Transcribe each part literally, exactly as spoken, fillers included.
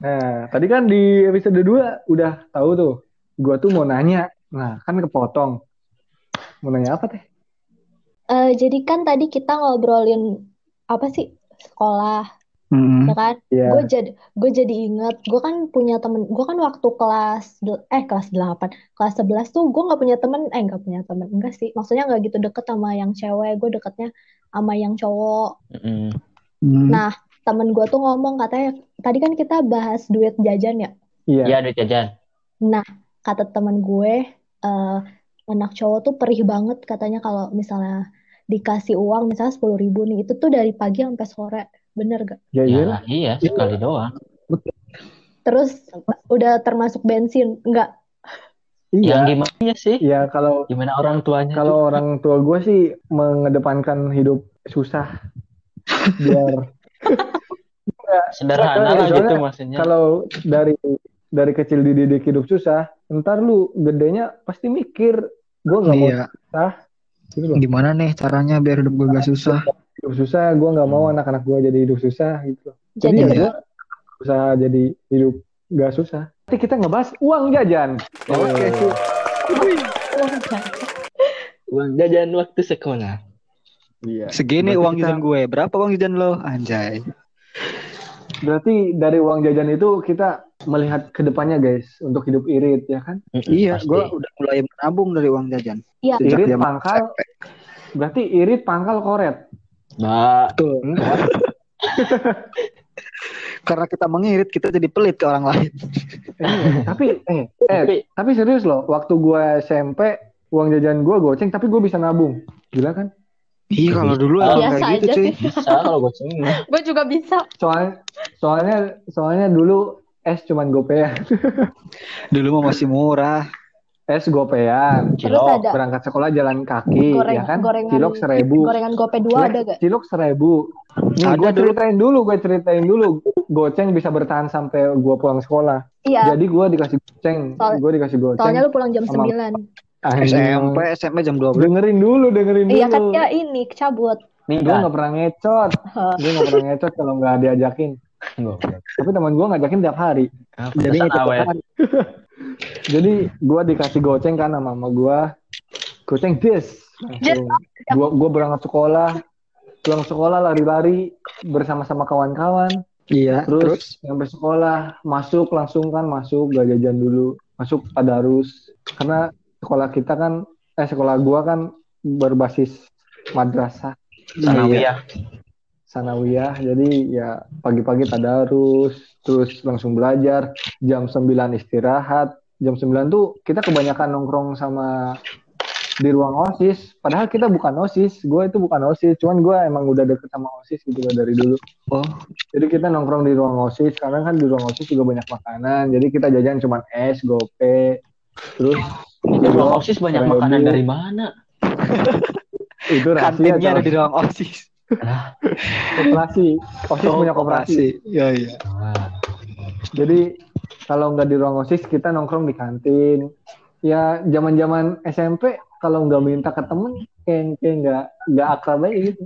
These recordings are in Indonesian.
Nah, tadi kan di episode dua udah tahu tuh. Gua tuh mau nanya. Nah, kan kepotong. Mau nanya apa teh? Eh, jadi kan tadi kita ngobrolin apa sih sekolah, ya Hmm. kan? Gue Iya. jadi gue jadi inget, gue kan punya temen, gue kan waktu kelas del- eh kelas delapan, kelas sebelas tuh gue nggak punya temen, eh nggak punya temen, enggak sih, maksudnya nggak gitu deket sama yang cewek, gue deketnya sama yang cowok. Mm-mm. Hmm. Nah, temen gue tuh ngomong katanya, tadi kan kita bahas duit jajan ya. Iya, Iya. duit jajan. Nah, kata temen gue, eh, anak cowok tuh perih banget katanya kalau misalnya dikasih uang misalnya sepuluh ribu nih, itu tuh dari pagi sampai sore, bener gak? Ya Ya iyalah. iya, sekali doang. Terus udah termasuk bensin, enggak? Yang Iya. gimana sih? Iya kalau Gimana orang tuanya kalau juga? orang tua gue sih mengedepankan hidup susah biar Nggak, Sederhana soalnya lah gitu soalnya maksudnya. kalau dari dari kecil dididik hidup susah, ntar lu gedenya pasti mikir, gue nggak mau Iya. susah, gitu loh. Gimana nih caranya biar hidup gue gak susah? Hidup susah, gue nggak mau Hmm. anak-anak gue jadi hidup susah, gitu loh. Jadi Jadi ya Iya. gue mending usaha jadi hidup gak susah. Nanti kita ngebahas uang jajan. Oke sih. Uang jajan waktu sekolah. Iya. Segini Berarti uang kita, jajan gue. Berapa uang jajan lo? Anjay. berarti dari uang jajan itu kita melihat ke depannya guys, untuk hidup irit ya kan? Mm-mm, Iya, pasti. gue udah mulai menabung dari uang jajan. Iya. Sejak Irit zaman pangkal, S M P. berarti irit pangkal koret. Nah, Betul. Enggak. Karena kita mengirit, kita jadi pelit ke orang lain. Iya, tapi eh eh tapi tapi serius loh, waktu gue S M P uang jajan gue goceng tapi gue bisa nabung. Gila kan? Iya, kalau bisa. dulu emang Biasa kayak gitu aja cuy. sih. Bisa kalau gue mah. Gue juga bisa. Soalnya soalnya soalnya dulu es cuman gopean. Dulu mah masih murah. Es gopean. Terus Cilok. ada Berangkat sekolah jalan kaki goreng ya kan? gorengan Cilok seribu. gorengan gope dua ada Lex, gak? cilok seribu. Nih gue Ada dulu. ceritain dulu, gue ceritain dulu. Goceng bisa bertahan sampai gue pulang sekolah. Iya, Jadi gue dikasih goceng, soal, gue dikasih goceng soalnya lu pulang jam sama sembilan. S M P, anjing. S M P jam dua belas. Dengerin dulu, dengerin Iya kan dulu. dia ini cabut. Nih gue nggak pernah ngecot, gue nggak pernah ngecot kalau nggak diajakin. Tapi teman gue ngajakin tiap hari. Jadi Pesan ngikut awet. teman. Jadi gue dikasih goceng kan sama mama gue, goceng des. Langsung. Gue gue berangkat sekolah, pulang sekolah lari-lari bersama-sama kawan-kawan. Iya, Terus, terus sampai sekolah masuk langsung kan masuk gak jajan dulu, masuk tadarus karena sekolah kita kan eh sekolah gue kan berbasis madrasah. Sanawiyah. Sanawiyah, jadi ya pagi-pagi tadarus, terus langsung belajar, jam sembilan istirahat, jam sembilan tuh kita kebanyakan nongkrong sama di ruang OSIS, padahal kita bukan OSIS, gue itu bukan OSIS, cuman gue emang udah deket sama OSIS gitu loh dari dulu. oh, Jadi kita nongkrong di ruang OSIS, karena kan di ruang OSIS juga banyak makanan, jadi kita jajan cuma es, gope, terus Itu ruang cilok, OSIS banyak seribu. makanan dari mana? Itu rahasia, kantinnya ada coy. di ruang OSIS. Koperasi, OSIS Oh, punya koperasi. Iya, iya. Ah. Jadi kalau nggak di ruang OSIS kita nongkrong di kantin. Ya zaman-zaman S M P kalau nggak minta ke temen kayak kayak nggak nggak akrab aja gitu.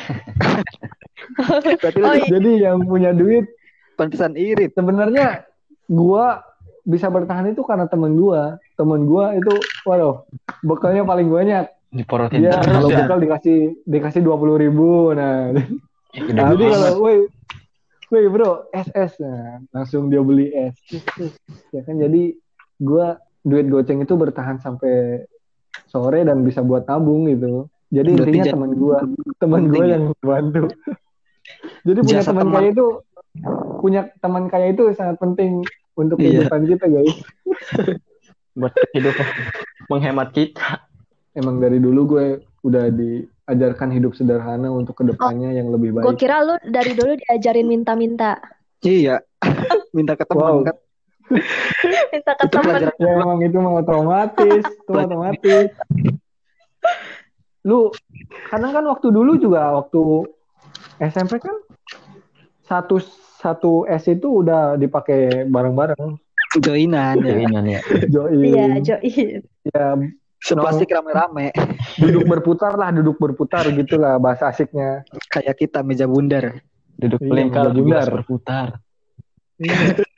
Berarti lu Oh iya. Jadi yang punya duit pantesan irit. sebenarnya gua bisa bertahan itu karena temen gua. Temen gua itu waduh bekalnya paling banyak. Diporotin Dia terus kalau ya. bekal dikasih dikasih dua puluh ribu. Nah, Gede nah, jadi banget. kalau woi woi bro es es nah, langsung dia beli es. Ya kan jadi gua duit goceng itu bertahan sampai sore dan bisa buat tabung gitu. Jadi Berarti intinya jadi teman gua, teman penting gua ya? yang bantu. Jadi punya Jasa teman teman. kaya itu punya teman kaya itu sangat penting untuk Iya. kehidupan kita guys. Buat kehidupan menghemat kita. Emang dari dulu gue udah diajarkan hidup sederhana untuk kedepannya yang lebih Gue baik. kira lu dari dulu diajarin minta-minta. Iya. Minta ke teman Wow. kan. Minta ke Itu temen. pelajaran Ya emang itu mah otomatis, itu mah otomatis. Lu kadang kan waktu dulu juga waktu S M P kan satu satu S itu udah dipakai bareng-bareng. joinan ya. Joinan ya. Join. Iya, join. Ya Seplastik rame-rame. duduk berputar lah, duduk berputar gitulah bahasa asiknya. Kayak kita meja bundar. Duduk Iya, melingkar meja di bundar. gelas berputar. Iya.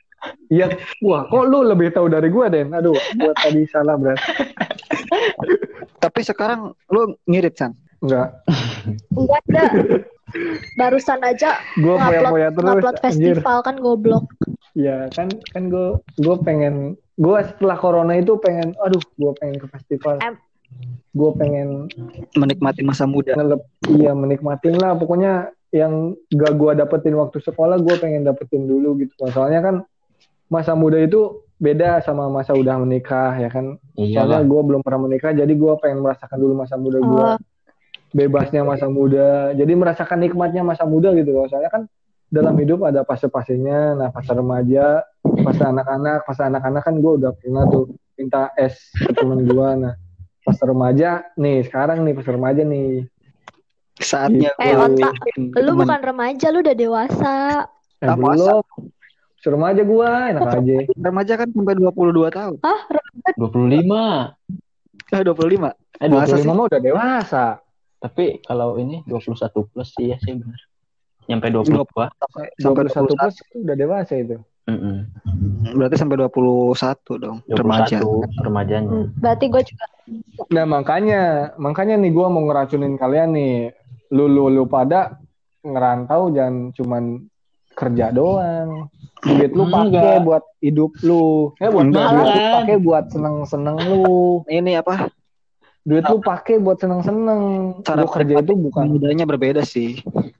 Iya, wah kok lu lebih tahu dari gua, Den? Aduh, gua tadi salah berarti. Tapi sekarang lu ngirit, San. Enggak, Enggak ada. Barusan aja gua ngupload foya-foya terus, ngupload anjir. festival kan goblok. Iya, kan kan gua gua pengen gua setelah corona itu pengen, aduh, gua pengen ke festival. Em. Gua pengen Menikmati masa muda. ngelep, iya menikmatin lah pokoknya yang gak gua dapetin waktu sekolah gua pengen dapetin dulu gitu. Soalnya kan masa muda itu beda sama masa udah menikah ya kan. Soalnya Iyalah. gua belum pernah menikah jadi gua pengen merasakan dulu masa muda gua. Oh, Bebasnya masa muda, jadi merasakan nikmatnya masa muda gitu loh. Soalnya kan dalam hidup ada fase-fasenya, nah fase remaja, fase anak-anak, fase anak-anak kan gue udah pernah tuh minta es ke temen gue. Nah fase remaja nih sekarang nih fase remaja nih. Saatnya Eh, gua Onta, bikin lu temen. bukan remaja, lu udah dewasa. Eh Ah, belum, fase remaja gue enak aja. Remaja kan sampai dua puluh dua tahun. Hah? dua puluh lima. Eh dua puluh lima. Eh dua puluh Masa lima mah udah dewasa. Tapi kalau ini dua puluh satu plus sih ya sih benar. Nyampe dua puluh dua. Sampai dua sampai puluh satu plus itu udah dewasa itu. Mm-mm. Berarti sampai dua puluh satu dong dua puluh remaja. satu remajanya. Hmm, Berarti gue juga. Nah makanya, makanya nih gue mau ngeracunin kalian nih. Lu lu lu pada ngerantau jangan cuman kerja doang. Duit lu pakai Enggak. buat hidup lu. Eh buat Enggak, Duit lu makan. pakai buat seneng-seneng lu. Ini apa? Duit lu pakai buat seneng-seneng. Cara Lu kerja itu bukan. mudanya berbeda sih.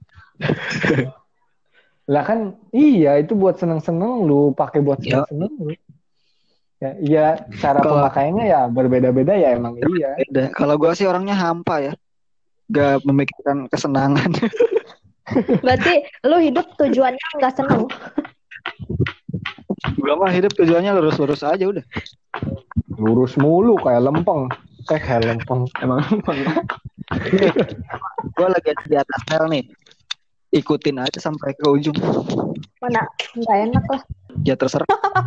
Lah kan iya itu buat seneng-seneng lu, pakai buat Ya. seneng-seneng lu. Ya, iya cara Kalau- pemakaiannya ya berbeda-beda ya emang iya. Beda. Kalau gua sih orangnya hampa ya. Gak memikirkan kesenangan. Berarti lu hidup tujuannya nggak seneng. Gua mah hidup tujuannya lurus-lurus aja udah. Lurus mulu kayak lempeng. Eh kayak lempeng. Emang Gua lagi di atas rel nih. Ikutin aja sampai ke ujung. Mana nggak enak lah. Ya terserah.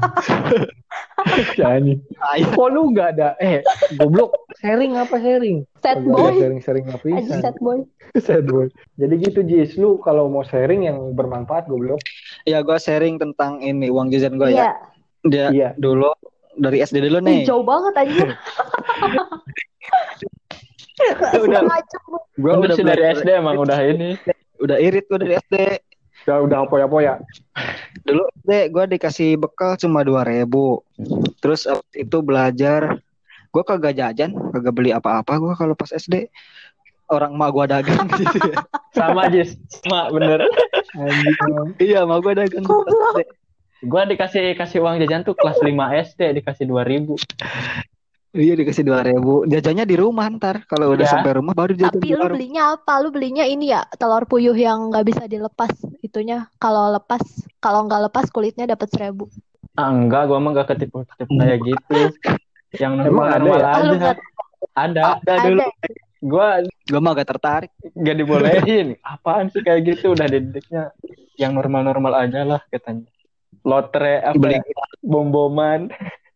Jangan. Ayo. Kok lu nggak ada? Eh, goblok. Sharing apa sharing? Sad Kagak ada boy. sharing-sharing apa Aji bisa. sad boy. Sad boy. Jadi gitu Jis, lu kalau mau sharing yang bermanfaat goblok. Ya gua sharing tentang ini uang jajan gua Iya. ya. Dia Iya. dulu dari S D dulu Ih, nih. jauh banget anjir. Udah. Gua Lu udah sih dari belajar- S D emang udah ini. Udah irit gua dari S D. Udah udah apa-apa. Dulu S D gue dikasih bekal cuma dua ribu. Terus abis itu belajar. Gue kagak jajan, kagak beli apa-apa gue kalau pas S D. Orang emak gue dagang gitu ya. Sama Jis. Sama bener. Anjing. Iya, emak gue dagang pas S D. Gua dikasih kasih uang jajan tuh kelas lima S D dikasih dua ribu. Iya dikasih dua ribu. Jajannya di rumah ntar. Kalau udah Ya. sampai rumah baru jajan Tapi di lu warung. belinya apa? Lu belinya ini ya, telur puyuh yang nggak bisa dilepas itunya. Kalau lepas, kalau nggak lepas kulitnya dapat seribu. Ah enggak, gua mah enggak ketipu-ketipu kayak gitu. Yang Emang ada normal-normal ya? Ah, lu aja. nggak Ada. Ada dulu. ada. Gua Gue mah gak tertarik. gak dibolehin. Apaan sih kayak gitu? Udah didiknya yang normal-normal aja lah katanya. Lotre apa Beli ya? Bom-boman.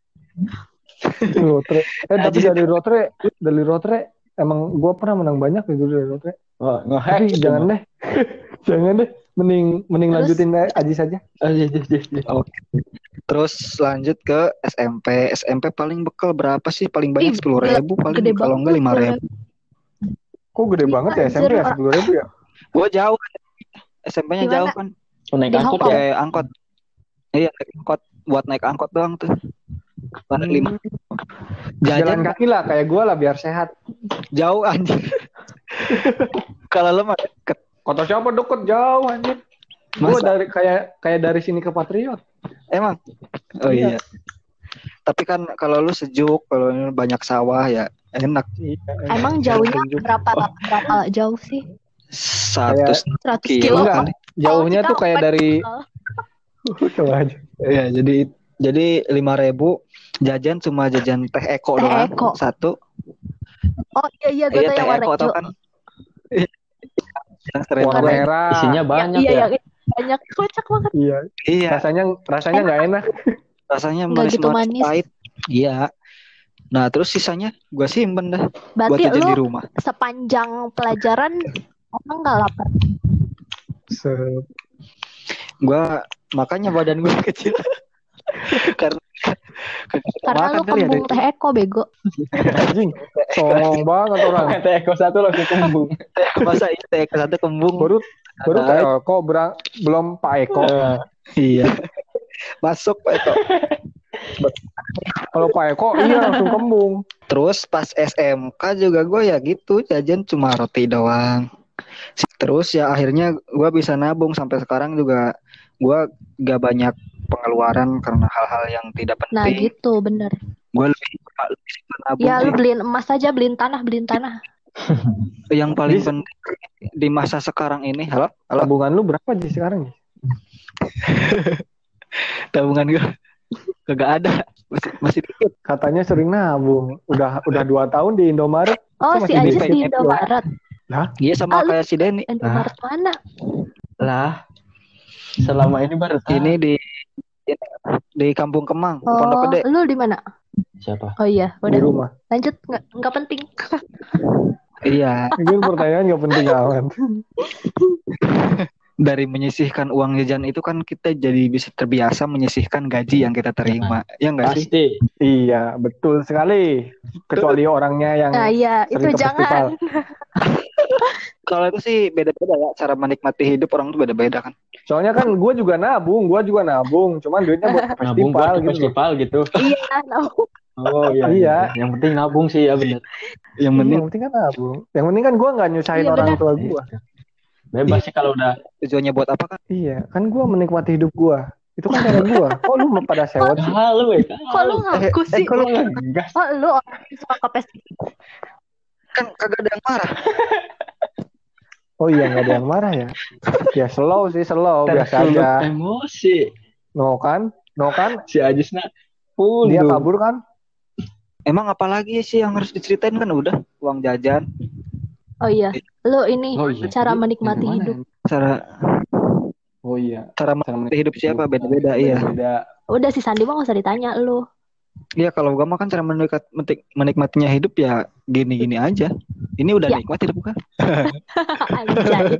Rotre. Eh tapi Anjir. dari Rotre, dari Rotre emang gue pernah menang banyak gitu dari Rotre. Oh, nge-hack Tapi gitu, jangan Bang. deh, jangan deh. Mending mending Terus? lanjutin aja saja. Oh, iya, iya, iya, iya. Terus lanjut ke S M P. S M P paling bekal berapa sih? Paling banyak Ih, sepuluh ribu paling. gede Kalau enggak banget, lima ribu. Kok gede Iya, banget ya S M P ya anjir. sepuluh ribu ya? Gue jauh. S M P-nya Gimana? jauh kan. Oh, naik Di angkot Hongkong. ya? Kayak angkot. Iya, naik angkot. Buat naik angkot doang tuh. Paling lima. Jalan Jajan kaki lah kayak gue lah biar sehat. jauh anjir. Kalau lo mah deket. Kota siapa deket jauh anjir. Gue Masa? dari kayak kayak dari sini ke Patriot. Emang? Oh Iya. iya. Tapi kan kalau lu sejuk, kalau ini banyak sawah ya enak. Iya, Emang jauhnya berapa berapa jauh sih? Satu Kayak- seratus Kilo. kilo. Enggak, kali. jauhnya Oh, tuh kayak kita dari apa? coba aja. Iya, jadi jadi lima ribu jajan cuma jajan teh Eko Teh doang Eko. satu. Oh iya iya gue Iya tahu teh yang warna Eko tau hijau. kan? Yang sering Warna banget. merah. Isinya Iya banyak iya ya. yang banyak kocak banget. Iya. Iya, Rasanya rasanya nggak enak. rasanya Nggak gitu manis-manis manis. pahit. Iya. Nah, terus sisanya gua simpen dah buat Berarti jajan lu di rumah. sepanjang pelajaran emang nggak lapar? Se- Gua makanya badan gua kecil. Karena Karena makan lu kali ya. kembung teh Eko bego. Anjing, songong banget orang. Teh Eko satu langsung kembung. Masa itu teh ke satu kembung. Baru baru Nah, Teh Eko berang, belum Pak Eko. Eh, iya. Masuk Pak Eko. Kalau Pak Eko iya langsung kembung. Terus pas S M K juga gue ya gitu, jajan cuma roti doang. Terus ya akhirnya gue bisa nabung sampai sekarang juga gue gak banyak pengeluaran karena hal-hal yang tidak Nah penting. gitu bener. Gue lebih, lebih suka nabung Ya lu sih. beliin emas aja, beliin tanah, beliin tanah. Yang paling Dis- penting di masa sekarang ini, halo, halo, Tabungan lu berapa sih sekarang? tabungan gue kagak ada, masih masih dikit. Katanya sering nabung. Udah udah dua tahun di Indomaret. Oh Kok si masih Ajis di di P N? Indomaret. Iya sama Ah, lu- kayak si Denny. Indomaret mana? lah, selama ini baru tahu. Ini di di Kampung Kemang, Oh, Pondok Gede. lu di mana? Siapa? Oh iya, Di udah. rumah. Lanjut, nggak nggak penting. Iya, Ini pertanyaan gak penting amat. dari menyisihkan uang jajan itu kan kita jadi bisa terbiasa menyisihkan gaji yang kita terima. Ya enggak sih? Pasti. Iya, betul sekali. Kecuali orangnya yang Nah iya, itu sering ke festival. jangan. Kalau itu sih beda-beda ya, cara menikmati hidup orang tuh beda-beda kan. Soalnya kan gue juga nabung, gue juga nabung. Cuman duitnya buat ke Nabung festival buat ke gitu. festival gitu. Iya, nabung. Oh iya, Iya. iya. Yang penting nabung sih ya benar. Yang Iya, penting yang penting kan nabung. Yang penting kan gue nggak nyusahin Iya, orang benar. tua gue. Bebas sih kalau udah. tujuannya buat apa kan? Iya, kan gue menikmati hidup gue. Itu kan cara gue. Kok lu pada sewot sih? Halo, weh. Kok lu ngaku Eh, sih? eh, kalau ngegas. Oh lu orang yang suka ke festival. kan kagak ada yang marah. Oh iya, nggak ada yang marah ya? Ya slow sih, slow. Biasa Tersulut aja. emosi. No kan? No kan? Si Ajisna pun Dia kabur kan? Emang apalagi sih yang harus diceritain kan udah uang jajan, Oh iya, lu ini Oh iya. cara Tadi menikmati yang mana hidup. ya? cara Oh iya. cara Cara menikmati hidup siapa beda-beda iya. Beda. Udah si Sandi mah nggak usah ditanya lu. Iya kalau gua mah kan cara menik- menik- menikmatinya hidup ya gini-gini aja. Ini udah Ya. nikmat hidup kan? Anjay.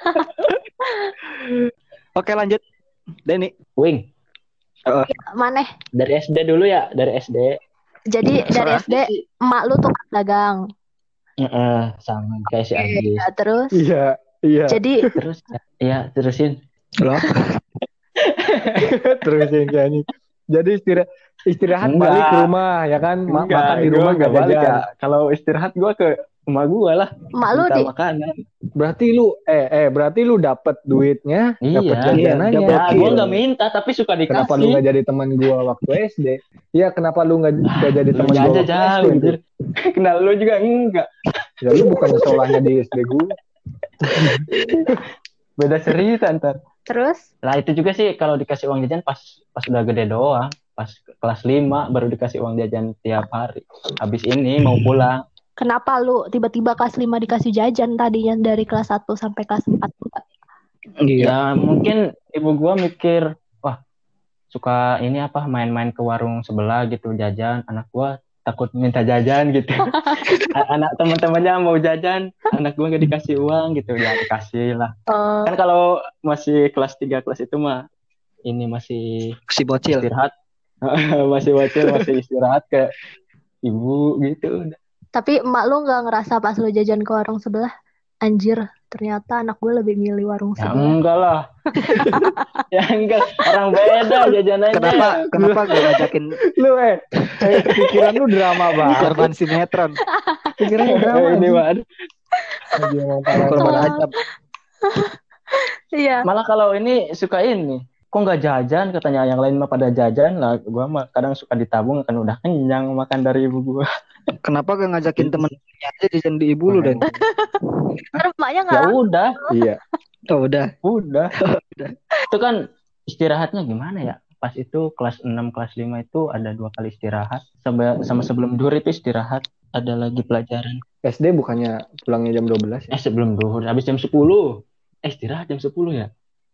Oke lanjut, Denny. Wing. Maneh. Dari S D dulu ya, dari S D. Jadi dari S D emak lu tuh dagang. Heeh, sama kayak si Ajis. Ya, terus Iya, iya. jadi Terus ya, terusin. Loh, Terus yang kayak ini. Jadi istirahat istirahat Enggak. balik ke rumah ya kan? Ma- Enggak, makan di gua rumah enggak nggak balik jajan. ya. Kalau istirahat gua ke emak gua lah. emak lu Minta di makanan. Berarti lu eh eh berarti lu dapet duitnya, Iya, dapet iya, jajanannya. double Ya, kill. gua nggak minta tapi suka dikasih. Kenapa lu nggak jadi teman gua waktu S D? Iya, kenapa lu nggak nggak jadi Lu teman gua aja waktu S D? jauh, gitu? anjir. Kenal lu juga enggak. Ya lu bukan sekolahnya di S D gua. Beda cerita ntar. terus Lah itu juga sih kalau dikasih uang jajan pas pas udah gede doang. Pas kelas lima baru dikasih uang jajan tiap hari. Habis ini mau pulang. kenapa lu tiba-tiba kelas lima dikasih jajan tadinya dari kelas satu sampai kelas empat? iya. Ya mungkin ibu gua mikir, wah suka ini apa main-main ke warung sebelah gitu jajan. Anak gua takut minta jajan gitu. A- Anak teman-temannya mau jajan, anak gua nggak dikasih uang gitu. Ya dikasih lah. Oh, Kan kalau masih kelas tiga kelas itu mah ini masih Si bocil. istirahat. Masih bocil, masih istirahat ke ibu gitu. tapi emak lu nggak ngerasa pas lu jajan ke warung sebelah, anjir, ternyata anak gue lebih milih warung Ya sebelah. enggak lah. Ya enggak, orang beda jajanannya. Kenapa kenapa gak ngajakin Lu eh, eh pikiran lu drama banget. korban sinetron? Pikiran lu drama. ini anjing. mah aduh. Lagi ngomong parah. Korban Oh. ajab. Iya. Malah kalau ini suka ini, kok nggak jajan katanya, yang lain mah pada jajan lah. Gua mah kadang suka ditabung kan udah kenyang makan dari ibu gua. Kenapa gak ngajakin temennya aja jajan di ibu lu dan? Terus emaknya Ya nggak udah, Iya. Oh udah. udah. Itu kan istirahatnya gimana ya? Pas itu kelas enam kelas lima itu ada dua kali istirahat. Sama, sama sebelum duhur itu istirahat, ada lagi pelajaran. S D bukannya pulangnya jam dua belas ya? Eh sebelum duhur, habis jam sepuluh. Eh istirahat jam sepuluh ya?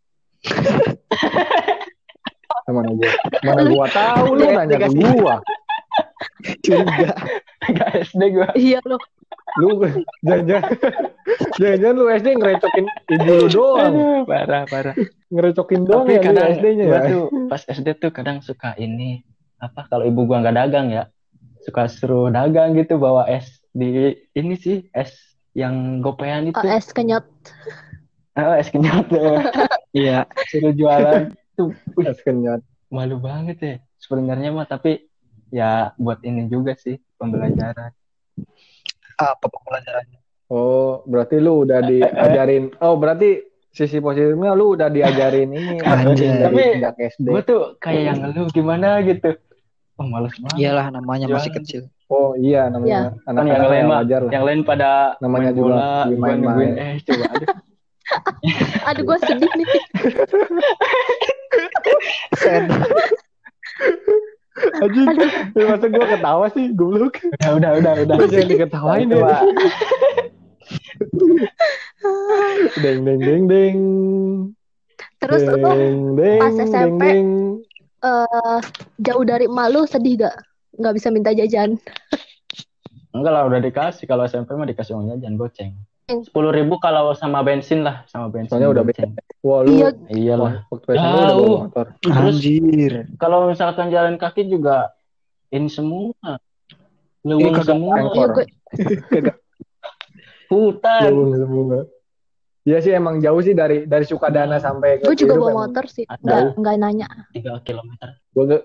Mana gua? Mana gua tahu lu nanya ke gua. Curiga. Gak S D gua. Iya lu. Lu jangan Jangan-jangan lu S D ngerecokin ibu lu doang. Aduh, parah parah. Ngerecokin doang Tapi ya lu kadang S D-nya gua ya. tuh pas S D tuh kadang suka ini apa kalau ibu gua nggak dagang ya suka suruh dagang gitu bawa es di ini sih es yang gopean Oh, itu es kenyot. oh, es kenyot tuh Iya. suruh jualan tuh wih, Es kenyot. malu banget ya sebenarnya mah tapi ya buat ini juga sih pembelajaran. Apa pembelajarannya? Oh, berarti lu udah diajarin. Oh, berarti sisi positifnya lu udah diajarin ini marketing Anjay. dari Tapi sejak S D. Gue tuh kayak yang ngeluh gimana gitu. Oh males banget. Iyalah namanya masih Jualan. kecil. Oh iya namanya Ya. Kan anak-anak yang lain ya mah, wajar lah. yang lain pada Namanya main juga bola, lagi gue main-main. nungguin eh coba aduh. Aduh, gue sedih nih. Sen. Anjing, masa gue ketawa sih, goblok. Udah udah udah udah. Jangan diketawain deh. Coba. Deng deng deng deng. Terus lo deng, deng, pas S M P, deng, deng. eh, jauh dari emak lu sedih gak? Gak bisa minta jajan. Enggak lah udah dikasih kalau S M P mah dikasih uang jajan goceng. Sepuluh ribu kalau sama bensin lah sama bensin. Soalnya udah goceng. Wah lu, Iya. Iyalah. wah, waktu S M P udah bawa Jauh. motor. Terus Anjir. kalau misalkan jalan kaki juga ini semua. Leweng kagak semua. angkor. Iya, gue Kagak. Hutan. Leweng semua. Iya sih emang jauh sih dari dari Sukadana sampai ke gue juga Ciledug bawa emang. motor sih. Ada. Nggak nggak nanya. tiga kilometer. Gue gak...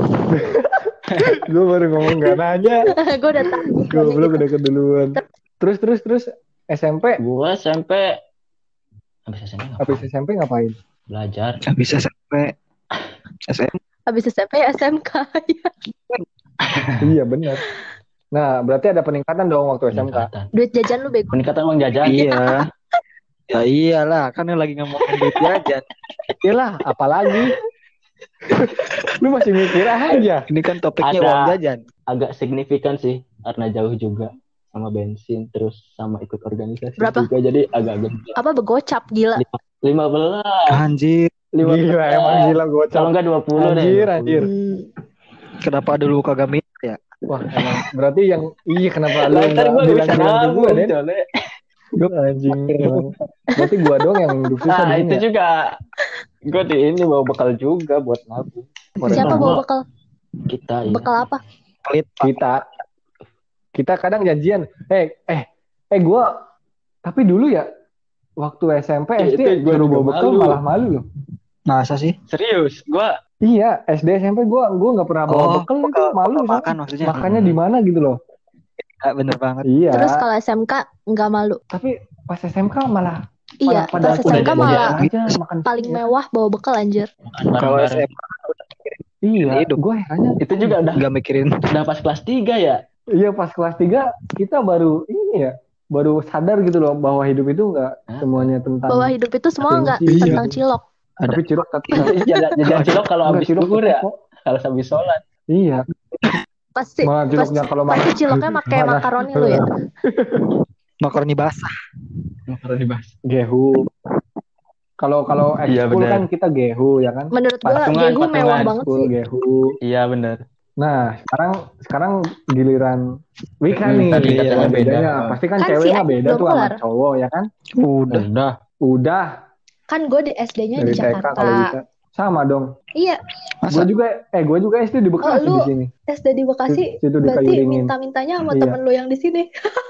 gue baru ngomong gak nanya. Gue udah tahu. Gue belum udah keduluan. Terus terus terus S M P. Gua S M P habis S M P ngapain? Habis S M P ngapain? Belajar. Habis S M P. S M P. Habis S M P S M K. Iya benar. Nah berarti ada peningkatan dong waktu S M K. Peningkatan. Duit jajan lu bego. Peningkatan uang jajan. Iya. Ya iyalah, kan lagi ngomongin duit jajan. Iyalah, apalagi. Lu masih mikir aja. Ini kan topiknya Ada. uang jajan. Agak signifikan sih karena jauh juga sama bensin terus sama ikut organisasi Berapa? juga jadi agak-agak Apa begocap gila. lima belas Anjir. lima Gila emang gila gocap. kalau enggak dua puluh deh Anjir, dua puluh. anjir. Hmm. Kenapa dulu kagak minta ya? Wah emang berarti yang iya kenapa lu Lah, ntar nggak gua bilang bisa bilang ke gue nabung Den? Cole. Anjing emang. Berarti gua doang yang hidup susah Nah di itu sini ya? juga gue di ini bawa bekal juga buat nabung. Siapa bawa bekal? Kita ya. Bekal apa? Pelit. Kita kita kadang janjian eh eh eh gua tapi dulu ya waktu S M P Eh, S D itu gua suruh juga bawa bekal malu. malah malu loh. Masa sih? Serius, gua Iya S D S M P gua gua nggak pernah bawa Oh, bekal itu bekal- malu bekal soalnya. makan maksudnya. Makannya Hmm. di mana gitu loh. Ya, bener banget. Iya. Terus kalau S M K nggak malu. Tapi pas S M K malah Iya, pada pas S udah M K jajan malah aja makan paling mewah bawa bekal anjir. makan Kalau S bareng-bareng. M A udah mikirin Iya, hidup. gue herannya. Itu juga udah nggak mikirin. udah pas kelas tiga ya. Iya pas kelas tiga kita baru ini ya, baru sadar gitu loh bahwa hidup itu nggak Hah? semuanya tentang. Bahwa hidup itu semua nggak Iya. tentang cilok. Tapi cilok tapi jajan jajan cilok kalau Enggak, habis cilok duhur ya, kok. kalau habis sholat. Iya. Pasti Malah pasti, ciloknya kalau pasti makan. ciloknya pakai Mana? makaroni lu ya. Makaroni basah. Makaroni dibahas. Gehu. Kalau kalau Iya, ekskul benar. kan kita gehu ya kan. Menurut gua Patungan, gehu mewah patungan. banget Ekskul sih. gehu. Iya benar. Nah sekarang sekarang giliran Wika Hmm, nih. tadi Iya, katanya beda. bedanya. Pasti kan Kan cewek si mah Aing beda belum tuh sama kelar. cowok ya kan. Udah. Udah. Udah Kan gue di S D-nya dari di T K Jakarta. kalau bisa. Sama dong. Iya, Masa? Gue juga eh gue juga S D di Bekasi lu- di sini. S D di Bekasi. Situ di Berarti Kayuringin. minta-mintanya sama Iya. temen lu yang di sini.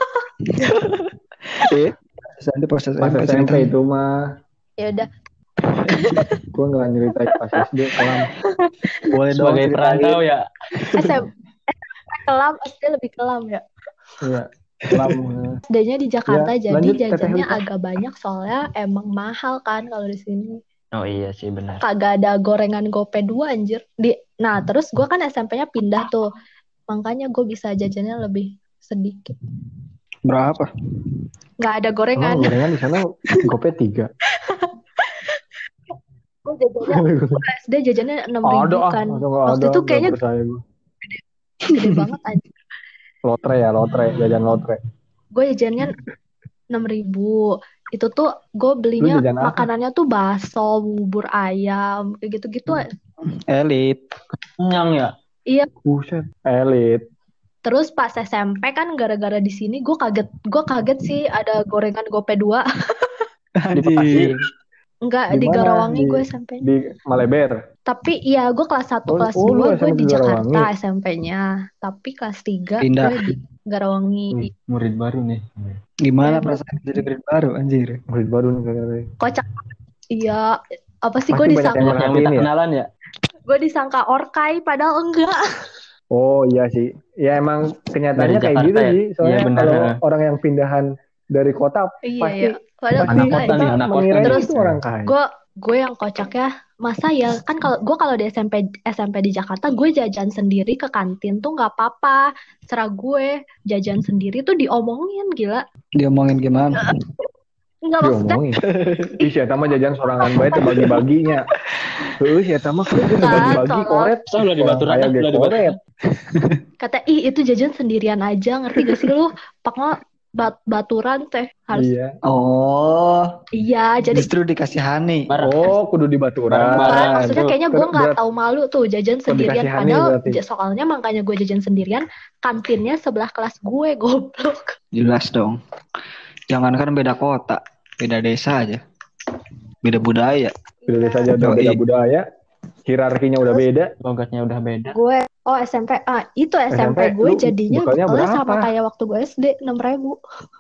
Eh, Nanti pas S M Pas P S M P itu mah Ya udah. gue nggak nyeritain pas S D kelam. boleh dong Sebagai ceritain. perantau ya. S M P kelam, S D lebih kelam ya. Iya kelam. S D-nya di Jakarta Ya, jadi lanjut, Teteh jajannya Wika. agak banyak soalnya emang mahal kan kalau di sini. Oh iya sih benar. Kagak ada gorengan gope dua anjir. Di Nah, terus gue kan S M P-nya pindah tuh. Makanya gue bisa jajannya lebih sedikit. Berapa? Nggak ada Emang gorengan. gorengan di sana gope tiga. Gue jajannya gua S D jajannya enam ribu Ada ah, kan. masa nggak Waktu ada, itu nggak kayaknya percaya gue. gede banget aja. Lotre ya lotre, jajan lotre. Gue jajannya enam ribu. Itu tuh gue belinya Lu jajan apa? makanannya tuh bakso, bubur ayam, kayak gitu-gitu. Elit. Kenyang ya. Iya, Buset, elit. Terus pas S M P kan gara-gara di sini gue kaget, gue kaget sih ada gorengan Gope dua. Di Bekasi. Enggak, Di di mana? Garawangi Di- gue S M P. Di Maleber. Tapi iya gue kelas satu, Oh, kelas oh, lu dua gue S M P di di Jakarta Garawangi. S M P-nya. Tapi kelas tiga Pindah. gue di Garawangi. Wih, murid baru nih. Gimana Iya, perasaan jadi murid baru anjir? Murid baru nih kayaknya. Kocak. Iya, apa sih Pasti gue banyak disangka, yang Banyak yang minta Perhatiin ya? kenalan ya? gue disangka orkai padahal enggak. Oh iya sih. Ya emang kenyataannya Dari kayak Jakarta gitu ya? sih. Soalnya Iya, benar. kalau orang yang pindahan dari kota Iya pasti ya. Padahal pasti Anak enggak kota ya. nih, anak kota mengira nih. itu orang kaya. Gue gue yang kocak ya, masa ya kan kalau gue kalau di S M P S M P di Jakarta gue jajan sendiri ke kantin tuh nggak apa-apa. Serah gue jajan sendiri tuh diomongin gila. Diomongin gimana? Enggak maksudnya Diomongin. Ih, si Eta mah jajan sorangan bae teh bagi-baginya. Heuh, si Eta mah kerja bagi-bagi tolong. koret. So, udah di Orang Baturan, kaya udah ge di koret. Baturan. kata ih itu jajan sendirian aja, ngerti gak sih lu? Paknya bat baturan teh harus Iya. Oh, iya jadi justru dikasihani. Bareng. Oh, kudu di Baturan. Bareng-bareng. kan maksudnya Tuh, kayaknya gue ter- nggak berat- tahu malu tuh jajan sendirian dikasihani padahal berarti. ja- soalnya makanya gue jajan sendirian kantinnya sebelah kelas gue goblok. Jelas dong. Jangankan beda kota, beda desa aja. Beda budaya. Beda saja udah Yoi. beda budaya. Hierarkinya udah beda. Logatnya udah beda. Gue oh S M P ah itu S M P, S M P gue lu jadinya bekalnya bekalnya sama berapa? kayak waktu gue S D enam ribu.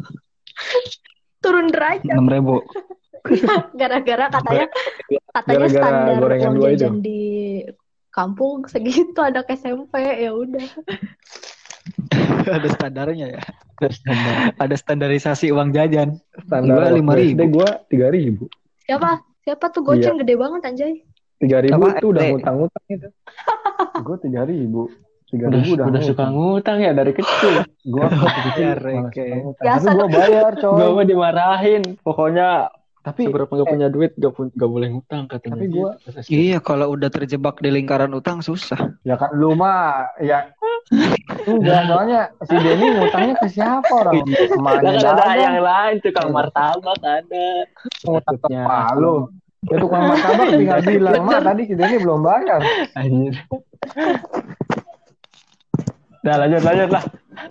Turun derajat enam ribu. gara-gara katanya katanya Gara-gara standar gorengan uang dua itu. jajan di kampung segitu anak S M P ya udah. Ada standarnya ya. Terus nambah. Ada standarisasi uang jajan. Standar Gua lima ribu. S D gua tiga ribu. Siapa? Siapa tuh goceng gede banget anjay. tiga ribu Apa, itu udah S D? ngutang-ngutang itu. Gua tiga ribu. tiga Udah, ribu udah, udah suka ngutang ya dari kecil. Gua Bayar, malas Reke. ngutang. Biasa Tapi gua bayar, coy. Gue mah dimarahin. Pokoknya Tapi seberapa nggak punya duit gak, pun, gak boleh ngutang katanya. Tapi gua- gitu. Iya, kalau udah terjebak di lingkaran utang susah. ya kan lu mah ya enggak, soalnya si Denny ngutangnya ke siapa orang Lah emaknya kan ada dagang yang lain tukang martabak ada. ngutang ke Maksudnya. palu. Ya tukang martabak tinggal bilang, "Ma, tadi si Denny belum bayar." Anjir. Nah lanjut lanjut lah.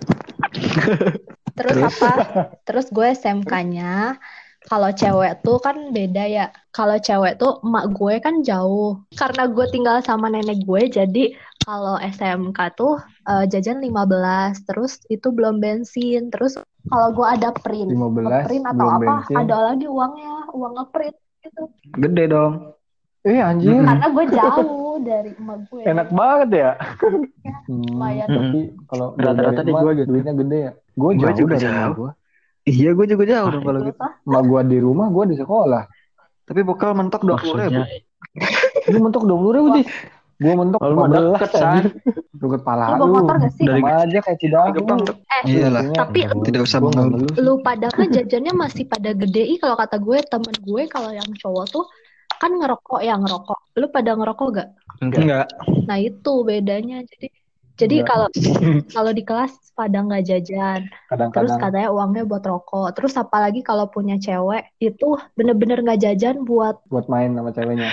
Terus apa? Terus gue S M K-nya kalau cewek tuh kan beda ya. Kalau cewek tuh emak gue kan jauh. Karena gue tinggal sama nenek gue jadi kalau S M K tuh eh, jajan lima belas terus itu belum bensin. Terus kalau gue ada print, lima belas print atau belum apa, bensin. ada lagi uangnya, uang ngeprint gitu. Gede dong. Eh anjir, Hmm. Karena gue jauh dari emak gue. enak banget ya. Hmm, lumayan. tapi kalau Rata-rata di dari emak, gua gitu. duitnya gede ya. Gue Gua jauh juga dari emak jauh. gue. Iya, gue juga jauh Ah, dong kalau Itu gitu. apa? Emak gue di rumah, gue di sekolah. Tapi bekal mentok dua puluh ribu. Maksudnya Lu mentok dua puluh ribu sih. Gue mentok kalau mah lima belas deket san. Deket pala Lu bawa lu. motor gak sih? Dari- Sama aja kayak Cidahu. Gampang. Eh, Iyalah. tapi Tidak usah Gua nggak mengeluh. ngeluh sih. lu pada kan jajannya masih pada gede. Ih, kalau kata gue temen gue kalau yang cowok tuh kan ngerokok ya ngerokok. Lu pada ngerokok gak? Enggak. Enggak. Nah itu bedanya. Jadi jadi Enggak. kalau kalau di kelas pada nggak jajan. Terus Kadang-kadang katanya uangnya buat rokok. Terus apalagi kalau punya cewek itu bener-bener nggak jajan buat buat main sama ceweknya.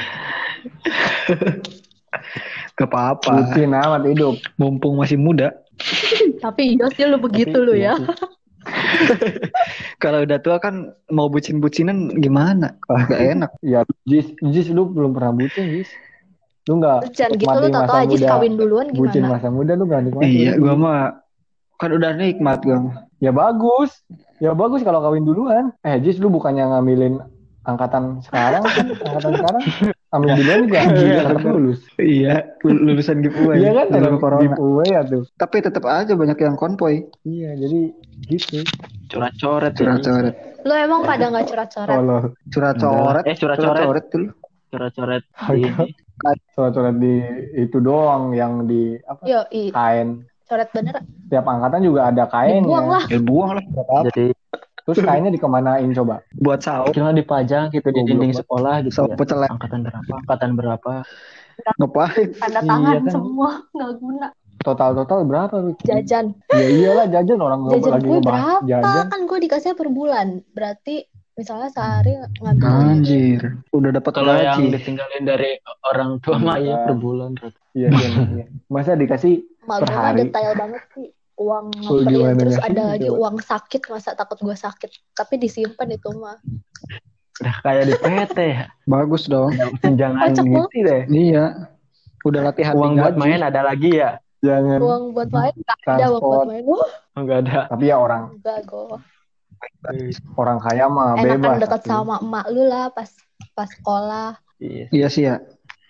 Gak apa-apa. Bucin amat hidup. Mumpung masih muda. tapi iya sih lu begitu Tapi lu iya ya. sih. Kalau udah tua kan mau bucin-bucinan gimana? Gak enak. Ya, Jis, Jis lu belum pernah bucin, Jis. Lu nggak Jangan gitu lu nikmatin tau masa aja muda. kawin duluan Bucin gimana? masa muda lu nggak nikmatin. Iya, gua mah kan udah nikmat gua mah. Ya bagus. Ya bagus kalau kawin duluan. Eh, Jis lu bukannya ngambilin angkatan sekarang kan? Angkatan sekarang ambil duluan juga harus lulus. Iya, lulusan giveaway. Iya kan, Sebelum dalam corona. giveaway ya tuh. Tapi tetap aja banyak yang konvoy. Iya, jadi gitu. Coret-coret. Curhat-coret. Lu emang pada nggak coret-coret? Kalau Curhat-coret. Eh curhat-coret. Curhat-coret dulu. Coret-coret. Agak. coret-coret di itu doang yang di apa? Yo, i, Kain. coret bener. Tiap angkatan juga ada kainnya. Dibuang lah. Ya buang lah. Jadi Terus kainnya dikemanain coba? Buat saus. kira dipajang gitu di Goblok dinding banget. sekolah gitu Saus ya. pecel. Angkatan berapa? Angkatan berapa? Ngapain? Tanda Iya tangan kan. semua nggak guna. Total-total berapa tuh? Jajan. Ya iyalah jajan orang nggak Jajan lagi gue ngebahas berapa? jajan. Kan gue dikasihnya per bulan. Berarti misalnya sehari ngambil Anjir. Udah dapat Kalau yang gaji. ditinggalin dari orang tua mah ya per bulan. Iya, iya, iya. Masa dikasih Mak per gue mah hari. detail banget sih. uang Oh, ngembalian, gimana terus ngasihnya ada lagi coba? uang sakit, masa takut gue sakit, tapi disimpan itu mah. Udah kayak di P T ya. Bagus dong. Ada tunjangan Kocak gitu banget. deh. Iya. Udah latihan Uang buat digaji. main ada lagi ya? Jangan Uang buat main nggak ada, uang buat transport. main wah Enggak ada. Tapi ya orang enggak gue. orang kaya mah Enakan bebas. deket tapi. sama emak lu lah pas pas sekolah. Iya. Iya sih ya.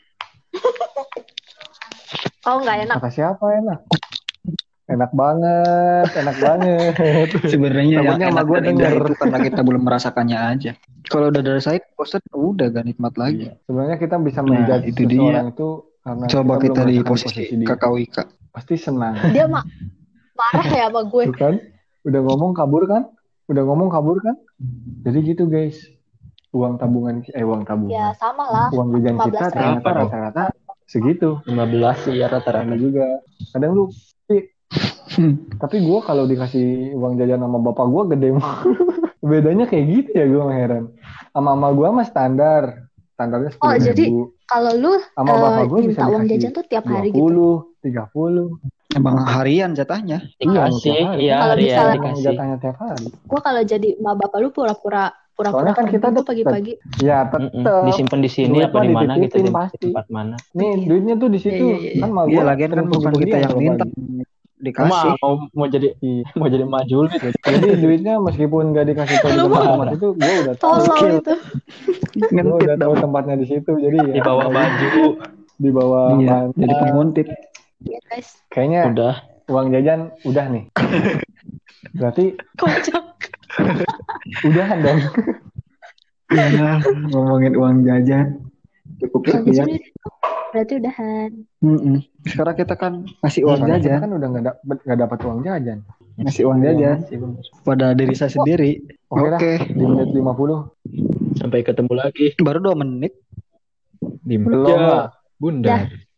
Oh nggak enak. Kata siapa enak? Enak banget, enak banget. Sebenarnya yang Takutnya sama enak gue dan indah denger. itu karena kita belum merasakannya aja. Kalau udah dari saya bosan udah gak nikmat lagi. Iya. Sebenarnya kita bisa Nah, menjudge itu seseorang itu karena Coba belum kita di merasakan posisi dia. Kakak Wika. Pasti senang. Dia mah marah ya sama gue. Tuh kan? Udah ngomong kabur kan? Udah ngomong kabur kan? Jadi gitu guys. Uang tabungan eh uang Ya tabungan. sama lah. Uang jajan lima kita belas ternyata Berapa dong? rata-rata segitu. lima belas sih ya rata-rata. Ada juga. Kadang lu tapi, tapi gue kalau dikasih uang jajan sama bapak gue gede banget. Bedanya kayak gitu ya, gue heran. Sama mama gue mah standar. Standarnya Oh sepuluh jadi ribu. kalau lu Sama eh, bapak gue bisa minta uang dikasih jajan tuh tiap dua hari gitu. puluh, tiga puluh. Emang harian jatahnya. Dikasih, Iya, iya Kalau hari ya misalnya- Emang dikasih. jatahnya tiap hari. Gue kalau jadi emak bapak lu pura-pura pura-pura Soalnya kan kita kerja tuh deket. pagi-pagi. Ya Mm-mm. tetep. Disimpan di sini Duit apa mah di mana gitu dititipin di pasti. tempat mana? Nih Iya. duitnya tuh di situ. Iya, iya, iya. Kan mah Iya gue lagian kan bukan kita yang minta. Cuma Dikasih. mau mau jadi mau jadi maju gitu. Jadi duitnya meskipun gak dikasih tahu di Lu tempat mah- tempat itu, gue udah tahu. Tolol Skill. itu. Gue Ngentit udah tahu dong. tempatnya di situ. Jadi Di ya, bawah ya baju. di bawah Iya, bantal. jadi penguntit. Iya guys. Kayaknya Udah. uang jajan udah nih. Berarti Kocak. udahan dong. Ya, ngomongin uang jajan. Cukup Uang sekian. jajan berarti udahan. Mm-mm. Sekarang kita kan ngasih uang Soalnya kita jajan, kan udah nggak dapet nggak dapat uang jajan. ngasih uang jajan pada diri saya sendiri. Oke lah, Oke, di menit lima puluh. Sampai ketemu lagi. baru dua menit. Di Belum Ya, lah. Bunda. Dah.